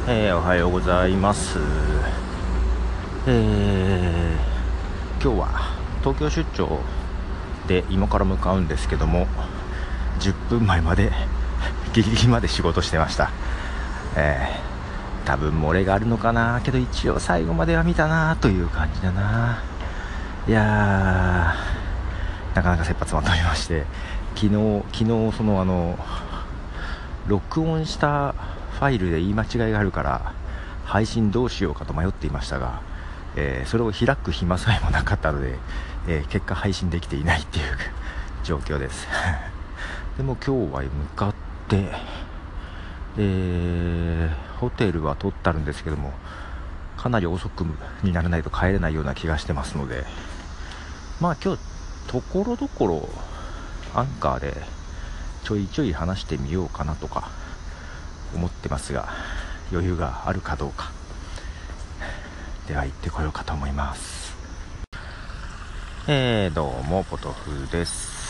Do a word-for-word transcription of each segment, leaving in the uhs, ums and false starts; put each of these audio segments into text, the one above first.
えー、おはようございます。えー、今日は東京出張で今から向かうんですけども、じゅっぷんまえまでギリギリまで仕事してました。えー、多分漏れがあるのかな、けど一応最後までは見たなという感じだな。いやー、なかなか切羽詰まっておりまして、昨日昨日そのあの録音したファイルで言い間違いがあるから配信どうしようかと迷っていましたが、えー、それを開く暇さえもなかったので、えー、結果配信できていないっていう状況ですでも今日は向かって、えー、ホテルは取ってあるんですけども、かなり遅くにならないと帰れないような気がしてますので、まあ今日ところどころアンカーでちょいちょい話してみようかなとか思ってますが、余裕があるかどうか。では行ってこようかと思います。えー、どうもポトフです。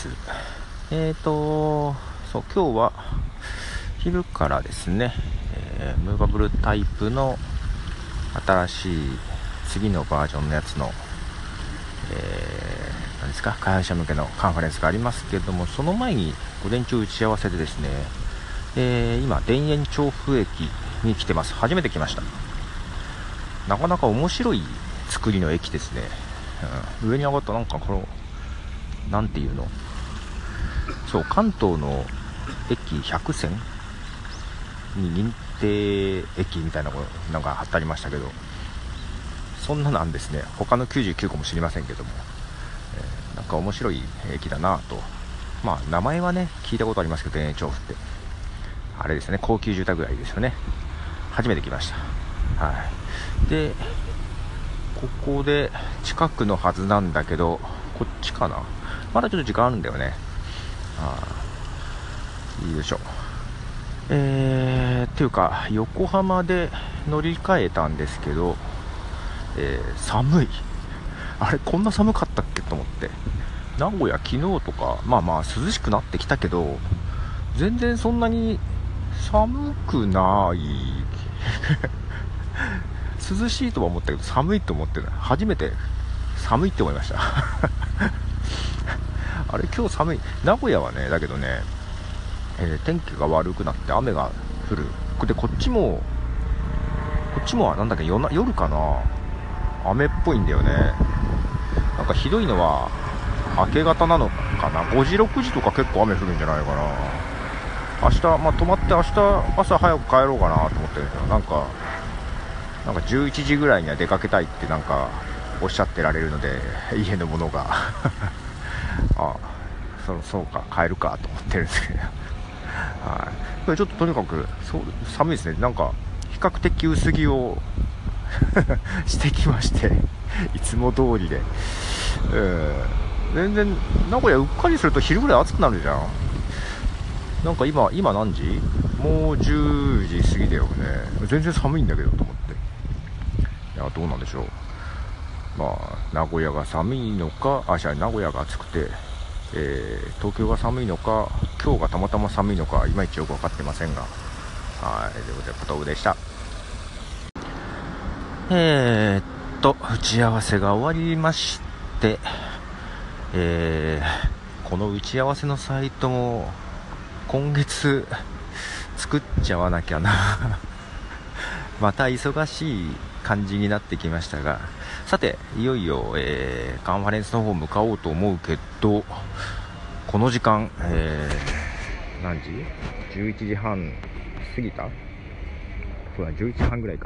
えーとそう今日は昼からですね、えー、ムーバブルタイプの新しい次のバージョンのやつの、えー、何ですか、開発者向けのカンファレンスがありますけども、その前に午前中打ち合わせでですね、えー、今田園調布駅に来てます。初めて来ました。なかなか面白い作りの駅ですね、うん、上に上がったなんかこのなんていうの、そう関東の駅ひゃくせんに認定駅みたいなのなんか貼ってありましたけど、そんななんですね。他のきゅうじゅうきゅうこも知りませんけども、えー、なんか面白い駅だなと。まあ名前はね聞いたことありますけど、田園調布ってあれですね、高級住宅街ですよね。初めて来ました。はい。でここで近くのはずなんだけど、こっちかな、まだちょっと時間あるんだよね。ああ、いいでしょう。えー、っていうか横浜で乗り換えたんですけど、えー、寒い。あれこんな寒かったっけと思って。名古屋昨日とかまあまあ涼しくなってきたけど、全然そんなに寒くない涼しいとは思ったけど寒いと思ってない。初めて寒いって思いましたあれ今日寒い。名古屋はね、だけどね、えー、天気が悪くなって雨が降る。でこっちもこっちもなんだっけ、夜な夜かな、雨っぽいんだよね。なんかひどいのは明け方なのかな、ごじろくじとか結構雨降るんじゃないかな。明日まあ泊まって明日朝早く帰ろうかなと思ってるんですよ。なんかなんかじゅういちじぐらいには出かけたいってなんかおっしゃってられるので、家の者があ、そそうか帰るかと思ってるんですけどはい、これちょっととにかくそう寒いですね。なんか比較的薄着をしてきましていつも通りで、えー、全然名古屋うっかりすると昼ぐらい暑くなるじゃん。なんか今今何時、もうじゅうじ過ぎだよね。全然寒いんだけどと思って。いやどうなんでしょう。まあ名古屋が寒いのか、あ、じゃあ名古屋が暑くて、えー、東京が寒いのか、今日がたまたま寒いのかいまいちよく分かってませんが、はい、ということでポトフでした。えー、っと打ち合わせが終わりまして、えー、この打ち合わせのサイトも今月作っちゃわなきゃなまた忙しい感じになってきましたが、さていよいよ、えー、カンファレンスの方向かおうと思うけど、この時間、えー、何時 ?じゅういちじはん過ぎた？そうだ、じゅういちじはんぐらいか。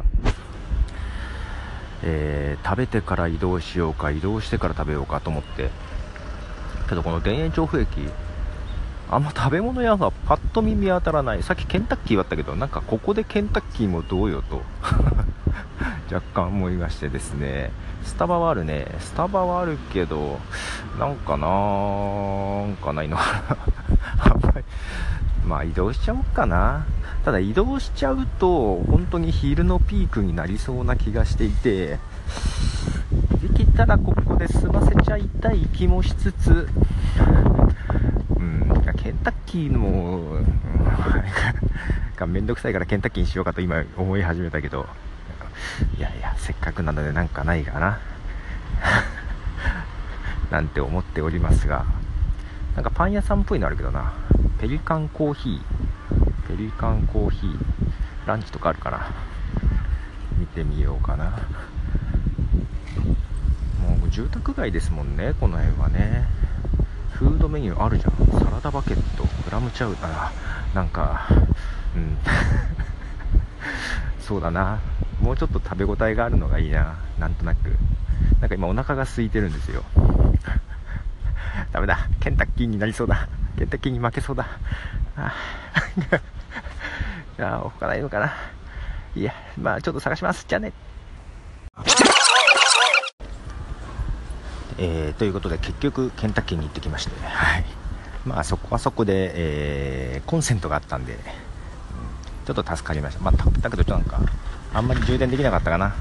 えー、食べてから移動しようか移動してから食べようかと思って、けどこの田園調布駅あんま食べ物屋がパッと見見当たらない。さっきケンタッキーはあったけど、なんかここでケンタッキーもどうよと若干思いましてですね。スタバはあるね。スタバはあるけどなんかなーんかないのかなあんまり、まあ移動しちゃおうかな。ただ移動しちゃうと本当に昼のピークになりそうな気がしていて、できたらここで済ませちゃいたい気もしつつ、うん、ケンンタッキーの、うん、がめんどくさいからケンタッキーにしようかと今思い始めたけど、いやいやせっかくなのでなんかないかななんて思っておりますが、なんかパン屋さんっぽいのあるけどな。ペリカンコーヒーペリカンコーヒーランチとかあるかな。見てみようかな。もう住宅街ですもんね、この辺はね。フードメニューあるじゃん。サラダバケット、クラムチャウダー、なんかうんそうだな、もうちょっと食べ応えがあるのがいいな。なんとなくなんか今お腹が空いてるんですよダメだ、ケンタッキーになりそうだ。ケンタッキーに負けそうだ。ああ他ないのかな。いやまあちょっと探します。じゃあね。えー、ということで結局ケンタッキーに行ってきまして、はい、まあそこはそこで、えー、コンセントがあったんで、うん、ちょっと助かりました。まあだけどちょっとなんかあんまり充電できなかったかな。うん、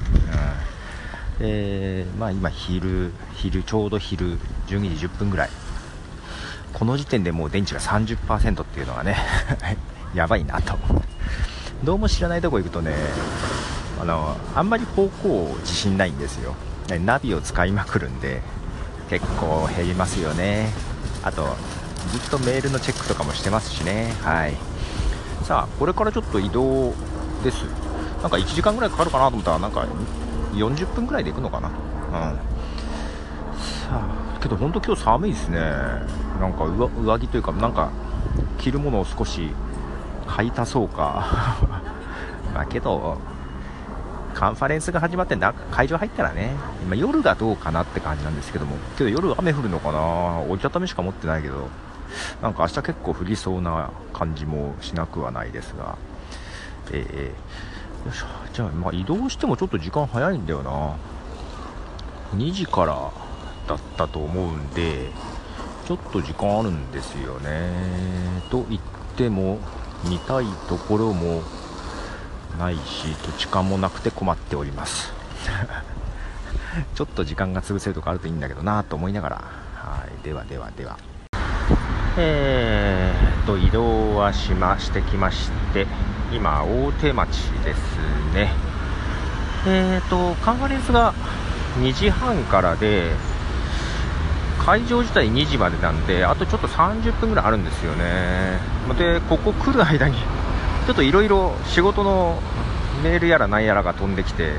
えー、まあ今昼昼ちょうど昼じゅうにじじゅっぷんぐらい。この時点でもう電池が さんじゅっパーセント っていうのがねやばいなと。どうも知らないとこ行くとね、あのあんまり方向自信ないんですよ。ナビを使いまくるんで結構減りますよね。あとずっとメールのチェックとかもしてますしね。はい、さあこれからちょっと移動です。なんかいちじかんぐらいかかるかなと思ったらなんかよんじゅっぷんぐらいで行くのかな。うん、さあけど本当今日寒いですね。なんか 上, 上着というかなんか着るものを少し買い足そうかまあけどカンファレンスが始まって中会場入ったらね、今夜がどうかなって感じなんですけども、けど夜雨降るのかな。折りたたみしか持ってないけど、なんか明日結構降りそうな感じもしなくはないですが、えー、よいしょ。じゃあ、まあ、移動してもちょっと時間早いんだよな。にじからだったと思うんでちょっと時間あるんですよね。と言っても見たいところもないし土地勘もなくて困っておりますちょっと時間が潰せるとかあるといいんだけどなと思いながら、はい、ではではではえーと移動はしましてきまして、今大手町ですね。えーとカンファレンスがにじはんからで会場自体にじまでなんで、あとちょっとさんじゅっぷんぐらいあるんですよね。でここ来る間にちょっといろいろ仕事のメールやらなんやらが飛んできて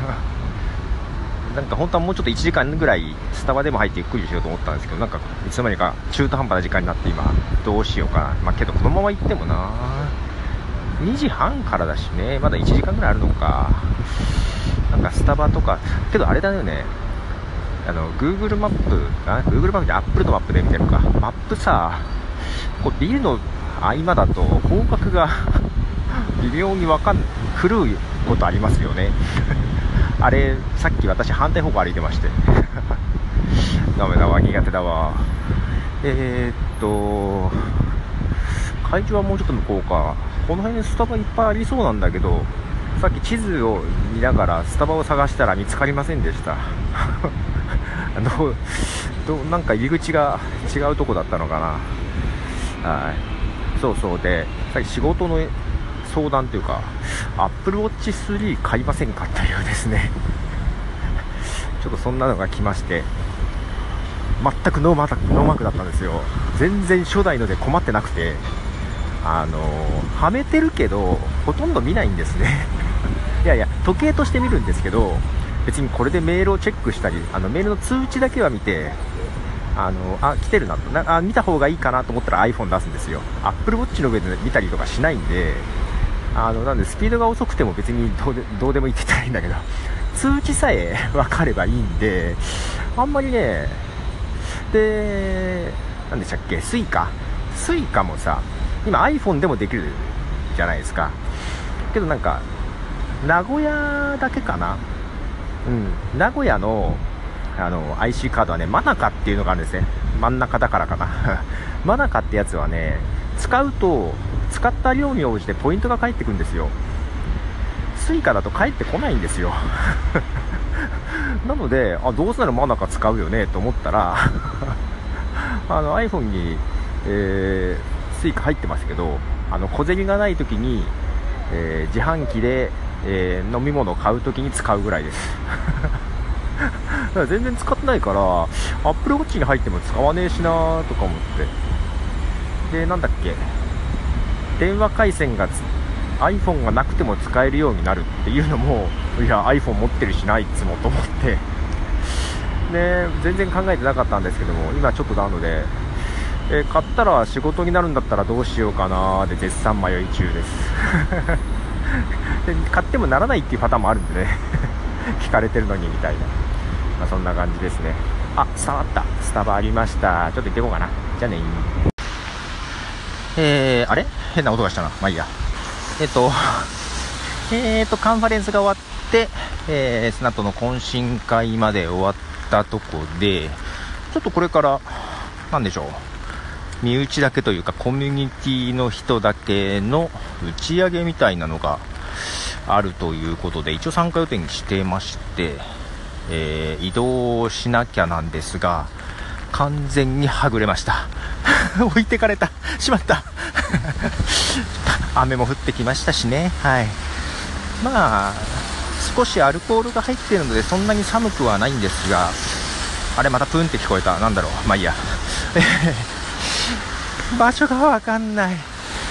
なんか本当はもうちょっといちじかんぐらいスタバでも入ってゆっくりしようと思ったんですけど、なんかいつの間にか中途半端な時間になって今どうしようかな。まあけどこのまま行ってもなにじはんからだしね、まだいちじかんぐらいあるのか。なんかスタバとかけどあれだよね、あの Google マップあ Google マップで Apple のマップで見てるか。マップさ、こうビルの合間だと方角が微妙にわかん狂うことありますよねあれさっき私反対方向歩いてましてダメだわ、苦手だわ。えー、っと会場はもうちょっと向こうか。この辺スタバいっぱいありそうなんだけど、さっき地図を見ながらスタバを探したら見つかりませんでしたどうどうなんか入り口が違うとこだったのかな。はい、そうそう。でさっき仕事の相談というか Apple Watch スリー買いませんかったようですねちょっとそんなのが来まして、全くノーマーク、ノーマークだったんですよ。全然初代ので困ってなくて、あのー、はめてるけどほとんど見ないんですねいやいや時計として見るんですけど、別にこれでメールをチェックしたり、あのメールの通知だけは見て、あのあ来てるなとなあ見た方がいいかなと思ったら iPhone 出すんですよ。 Apple Watch の上で見たりとかしないんで、あのなんでスピードが遅くても別にどう で, どうでもいいって言ったらいいんだけど、通知さえ分かればいいんで、あんまりね。でなんでしたっけ、スイカスイカもさ今 iPhone でもできるじゃないですか。けどなんか名古屋だけかな。うん名古屋のあの アイシー カードはねマナカっていうのがあるんですね。真ん中だからかなマナカってやつはね、使うと使った量に応じてポイントが返ってくるんですよ。スイカだと返ってこないんですよなのであどうせならマナカ使うよねと思ったらあの iPhone に、えー、 スイカ入ってますけど、あの小銭がない時に、えー、自販機で、えー、飲み物を買う時に使うぐらいですだから全然使ってないから、アップルウォッチに入っても使わねえしなーとか思って、でなんだっけ、電話回線が iPhone がなくても使えるようになるっていうのも、いや iPhone 持ってるしないつもと思ってで全然考えてなかったんですけども、今ちょっとなので、えー、買ったら仕事になるんだったらどうしようかなーで絶賛迷い中ですで買ってもならないっていうパターンもあるんでね聞かれてるのにみたいな、まあ、そんな感じですね。あ、スタバあった、スタバありました。ちょっと行ってこうかな。じゃあね。えー、あれ変な音がしたな。まあいいや。えっとえーとカンファレンスが終わって、えー、スナットの懇親会まで終わったとこで、ちょっとこれからなんでしょう、身内だけというかコミュニティの人だけの打ち上げみたいなのがあるということで、一応参加予定にしてまして、えー、移動しなきゃなんですが、完全にはぐれました置いてかれた、しまった雨も降ってきましたしね。はい、まあ少しアルコールが入っているのでそんなに寒くはないんですが、あれまたプンって聞こえた、なんだろう、まあいいや場所がわかんないい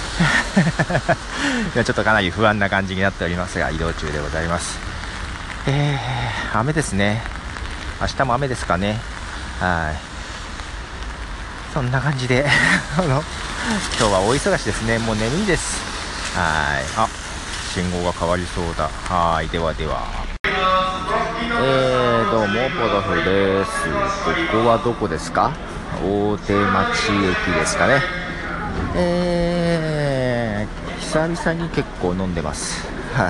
やちょっとかなり不安な感じになっておりますが、移動中でございます。えー、雨ですね。明日も雨ですかね。はい、そんな感じであの今日は大忙しですね。もう眠いです。はい、あ、信号が変わりそうだ。はい、ではでは、えー、どうもポドフです。ここはどこですか？大手町駅ですかね。えー、久々に結構飲んでます。はい、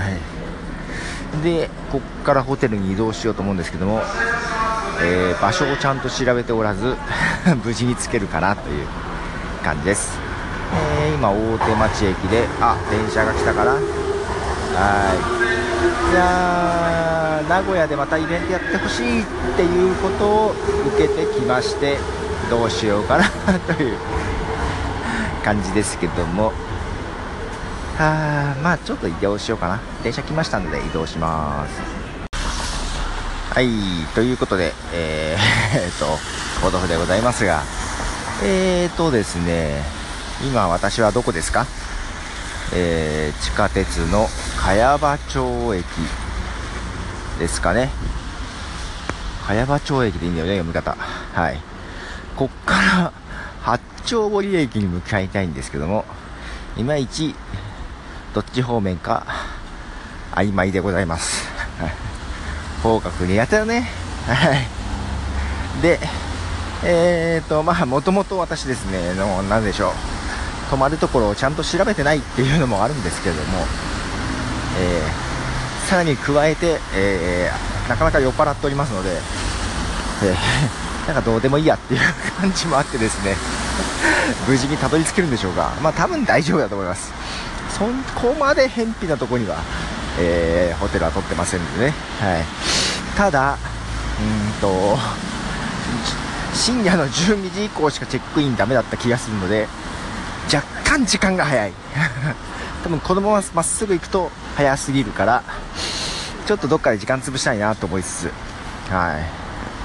でこっからホテルに移動しようと思うんですけども、えー、場所をちゃんと調べておらず無事に着けるかなという感じです。えー、今大手町駅で、あ、電車が来たから、はい、じゃあ名古屋でまたイベントやってほしいっていうことを受けてきまして、どうしようかなという感じですけども、あまあちょっと移動しようかな。電車来ましたので移動します。はい、ということで、えー、えーとポドフでございますが、えーとですね今私はどこですか？えー、地下鉄の茅場町駅ですかね。茅場町駅でいいんだよね、読み方。はい、こっから八丁堀駅に向かいたいんですけども、いまいちどっち方面か曖昧でございます方角苦手だね。はい、でえーとまあもともと私ですねの何でしょう、泊まるところをちゃんと調べてないっていうのもあるんですけれども、えー、さらに加えて、えー、なかなか酔っ払っておりますので、えー、なんかどうでもいいやっていう感じもあってですね無事にたどり着けるんでしょうか。まあ多分大丈夫だと思います。そこまで偏僻なところには、えー、ホテルは取ってませんのでね。はい、ただうーんと深夜のじゅうにじ以降しかチェックインダメだった気がするので、若干時間が早い多分このまままっすぐ行くと早すぎるから、ちょっとどっかで時間潰したいなと思いつつ、はい、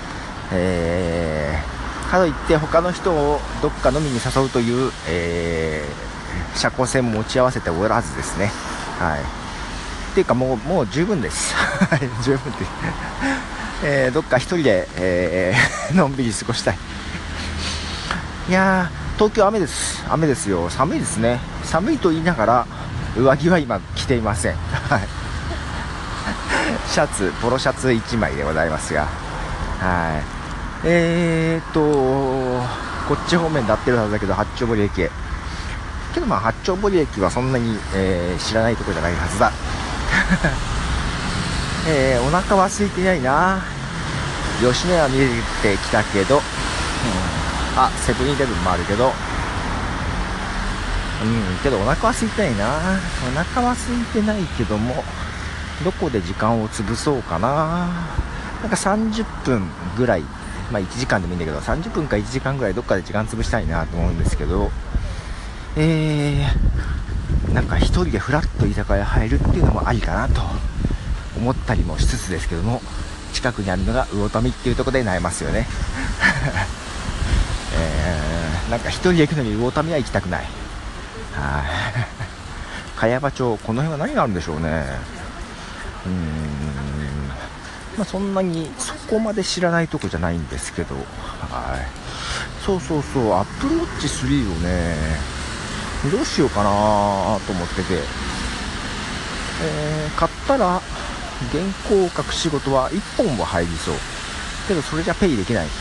えー、かといって他の人をどっか飲みに誘うという、えー、社交性も持ち合わせておらずですね。はい、っていうかもうもう十分です十分ですえー、どっか一人で、えー、のんびり過ごしたい。いやー東京雨です。雨ですよ。寒いですね。寒いと言いながら上着は今着ていませんシャツ、ポロシャツいちまいでございますが、はい、えーっとこっち方面で合ってるはずだけど八丁堀駅へけど、まあ八丁堀駅はそんなに、えー、知らないところじゃないはずだえー、お腹は空いていないな。吉野家見えてきたけど、うん、あ、セブンイレブンもあるけど、うん、けどお腹は空いてないな。お腹は空いてないけども、どこで時間を潰そうかな。なんかさんじゅっぷんぐらい、まあいちじかんでもいいんだけど、さんじゅっぷんかいちじかんぐらいどっかで時間潰したいなと思うんですけど、 えー、なんか一人でフラッと居酒屋入るっていうのもありかなと思ったりもしつつですけども、近くにあるのが魚民っていうところで悩ますよね、えー、なんか一人で行くのに魚民は行きたくない。はい茅場町、この辺は何があるんでしょうね。うーん、まあ、そんなにそこまで知らないとこじゃないんですけど、はい、そうそうそう、アップルウォッチスリーをねどうしようかなと思ってて、えー、買ったら原稿を書く仕事はいっぽんは入りそうけど、それじゃペイできない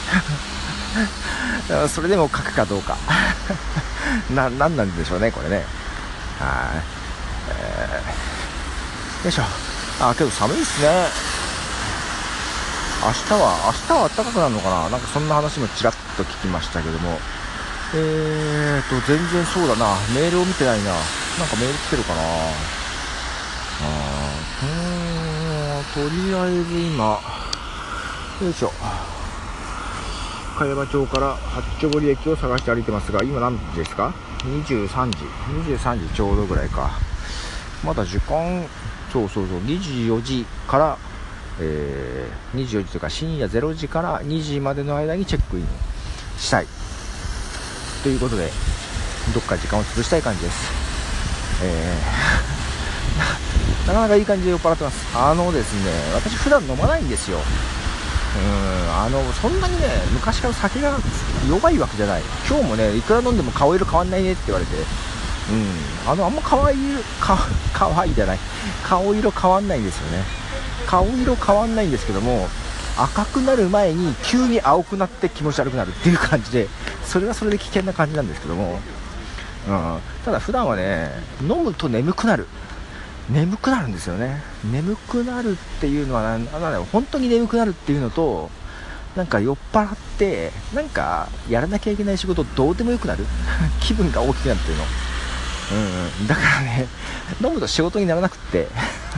それでも書くかどうかな、なんなんでしょうねこれね。はい、えー、よいしょ。あ、けど寒いっすね。明日は明日は暖かくなるのかな、なんかそんな話もちらっと聞きましたけども、えーと全然そうだな、メールを見てないな。なんかメール来てるかな。あー、うーん、とりあえず今、よいしょ、茅場町から八丁堀駅を探して歩いてますが、今何時ですか。にじゅうさんじにじゅうさんじちょうどぐらいか。まだ時間、そうそうそう、にじゅうよじから、えー、にじゅうよじというか深夜れいじからにじまでの間にチェックインしたいということで、どっか時間を潰したい感じです。えー、なかなかいい感じで酔っ払ってます。あのですね、私普段飲まないんですよ。うーん、あのそんなにね昔から酒が弱いわけじゃない。今日もねいくら飲んでも顔色変わんないねって言われて、うん、あのあんま可愛いか可愛いじゃない顔色変わんないんですよね。顔色変わんないんですけども、赤くなる前に急に青くなって気持ち悪くなるっていう感じで、それはそれで危険な感じなんですけども、うん、ただ普段はね飲むと眠くなる眠くなるんですよね。眠くなるっていうのはなんなんだろう、本当に眠くなるっていうのと、なんか酔っ払ってなんかやらなきゃいけない仕事どうでもよくなる気分が大きくなるっていうの、うん、だからね飲むと仕事にならなくって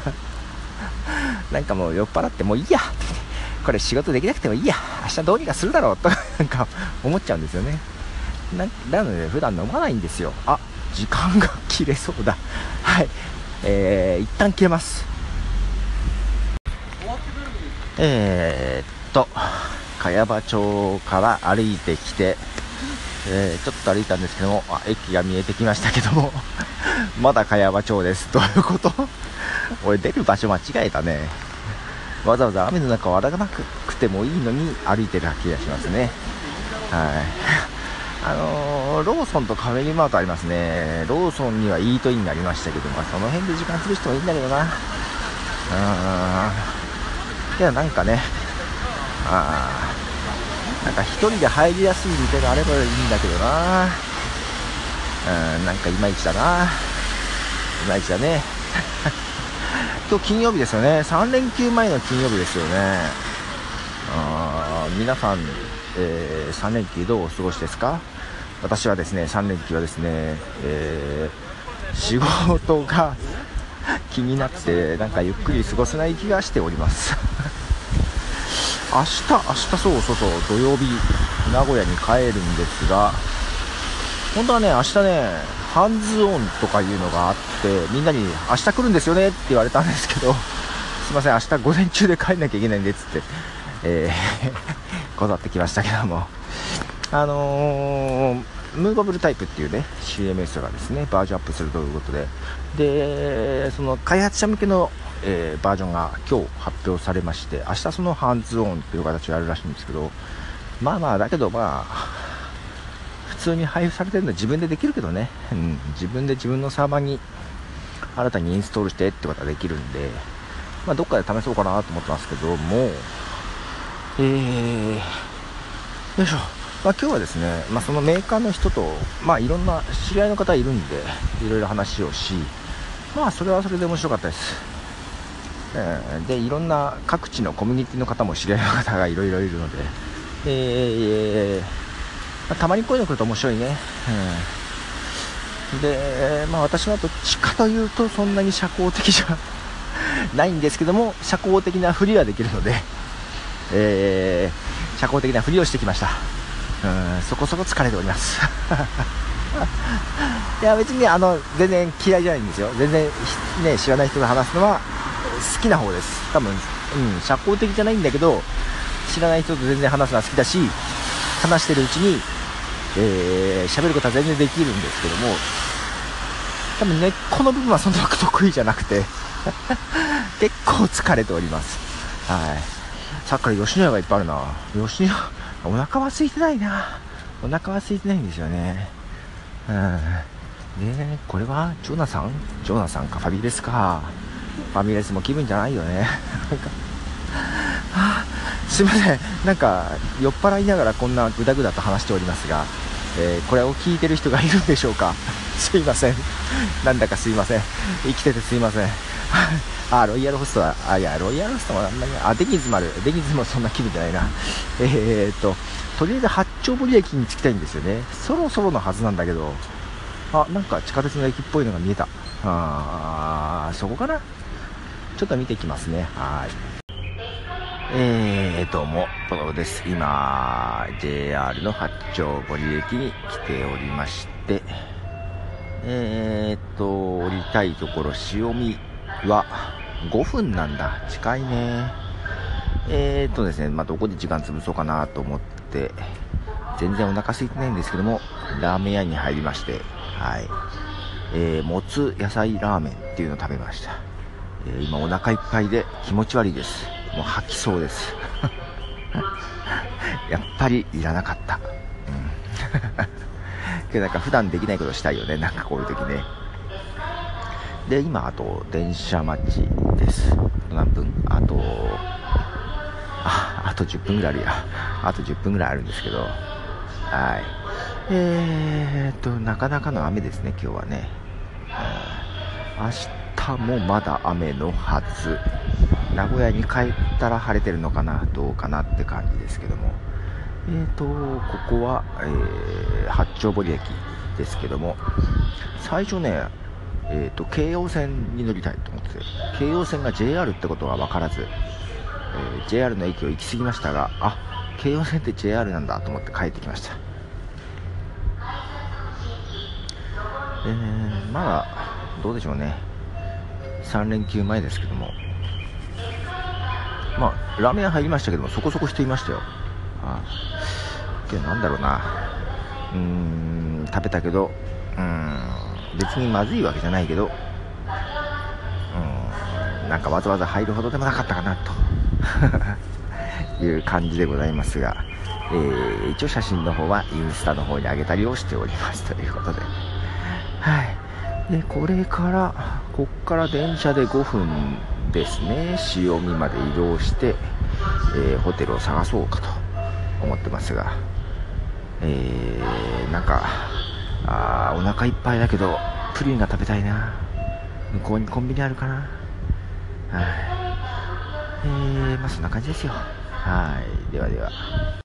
なんかもう酔っ払ってもういいや、これ仕事できなくてもいいや、明日どうにかするだろうとなんか思っちゃうんですよね。な, なので普段飲まないんですよ。あ、時間が切れそうだ。はい、えー、一旦切れます。えー、っと茅場町から歩いてきて、えー、ちょっと歩いたんですけども、あ、駅が見えてきましたけどもまだ茅場町です。どういうこと俺出る場所間違えたね。わざわざ雨の中を歩かなくてもいいのに歩いてる気がしますね。はいあのー、ローソンとファミリーマートありますね。ローソンにはイートインがありましたけど、まあ、その辺で時間潰してもいいんだけどな。うん、いやなんかね、あなんか一人で入りやすい店があればいいんだけどな。うん、なんかいまいちだな、いまいちだね今日金曜日ですよね。さん連休前の金曜日ですよね。あ皆さん、えー、さん連休どうお過ごしですか。私はですねさん連休はですね、えー、仕事が気になってなんかゆっくり過ごせない気がしております明日明日そうそうそう土曜日名古屋に帰るんですが、本当はね明日ねハンズオンとかいうのがあって、みんなに明日来るんですよねって言われたんですけど、すいません明日午前中で帰んなきゃいけないんでっつって、えー、断ってきましたけども、あのー、ムーバブルタイプっていうね シーエムエス がですねバージョンアップするということで、でその開発者向けの、えー、バージョンが今日発表されまして、明日そのハンズオンっていう形をやるらしいんですけど、まあまあだけどまあ普通に配布されてるのは自分でできるけどね、うん、自分で自分のサーバーに新たにインストールしてってことができるんで、まあ、どっかで試そうかなと思ってますけども、えー、よいしょ、まあ、今日はですね、まあ、そのメーカーの人と、まあ、いろんな知り合いの方いるんでいろいろ話をし、まあそれはそれで面白かったです、えー、でいろんな各地のコミュニティの方も知り合いの方がいろいろいるので、えーたまにこういうの来ると面白いね、うん、で、まあ、私はどっちかというとそんなに社交的じゃないんですけども、社交的なふりはできるので、えー、社交的なふりをしてきました。うん、そこそこ疲れておりますいや別にね、あの全然嫌いじゃないんですよ。全然ね、知らない人と話すのは好きな方です。多分、うん、社交的じゃないんだけど、知らない人と全然話すのは好きだし、話してるうちにえー、喋ることは全然できるんですけども、多分根っこの部分はそんな得意じゃなくて結構疲れております。はい。さっきから吉野家がいっぱいあるな。吉野家、お腹は空いてないな。お腹は空いてないんですよね。うん。で、これはジョナサンジョナサンか、ファミレスか。ファミレスも気分じゃないよね。なんか、はぁ、すいません。なんか、酔っ払いながらこんなグダグダと話しておりますが、えー、これを聞いてる人がいるんでしょうか。すいません。なんだかすいません。生きててすいません。あ、ロイヤルホストだ。あ、いや、ロイヤルホストもあんまり、あ、デニーズもある。デニーズもそんな気分じゃないな。えーっと、とりあえず八丁堀駅に着きたいんですよね。そろそろのはずなんだけど、あ、なんか地下鉄の駅っぽいのが見えた。あー、そこかな。ちょっと見てきますね。はい。えー、どうも、ポロです。今、ジェイアール の八丁堀駅に来ておりまして、えーっと、降りたいところ、潮見はごふんなんだ。近いね。えーっとですね、まあ、どこで時間潰そうかなと思って、全然お腹空いてないんですけども、ラーメン屋に入りまして、はい。えー、もつ野菜ラーメンっていうのを食べました。えー、今お腹いっぱいで気持ち悪いです。もう吐きそうですやっぱりいらなかった、うん、けどなんか普段できないことしたいよね、なんかこういう時ね。で今あと電車待ちです。何分、あとああとじゅっぷんぐらいあるやあとじゅっぷんぐらいあるんですけど、はい。えーっとなかなかの雨ですね今日はね、うん、明日もまだ雨のはず。名古屋に帰ったら晴れてるのかな、どうかなって感じですけども、えーとここは、えー、八丁堀駅ですけども、最初ね、えーと京葉線に乗りたいと思ってて、京葉線が ジェイアール ってことが分からず、えー、ジェイアール の駅を行き過ぎましたが、あ、京葉線って ジェイアール なんだと思って帰ってきました。えー、まだどうでしょうね、さん連休前ですけども、まあ、ラーメン屋入りましたけども、そこそこ人いましたよ。ああ、けどなんだろうな、うーん、食べたけど、うーん、別にまずいわけじゃないけど、うーん、なんかわざわざ入るほどでもなかったかなという感じでございますが、えー、一応写真の方はインスタの方に上げたりをしておりますということで、はい。で、これから、こっから電車でごふんですね、潮見まで移動して、えー、ホテルを探そうかと思ってますが、えー、なんかあお腹いっぱいだけどプリンが食べたいな。向こうにコンビニあるかな。はい、えー、まあそんな感じですよ。はい、ではでは。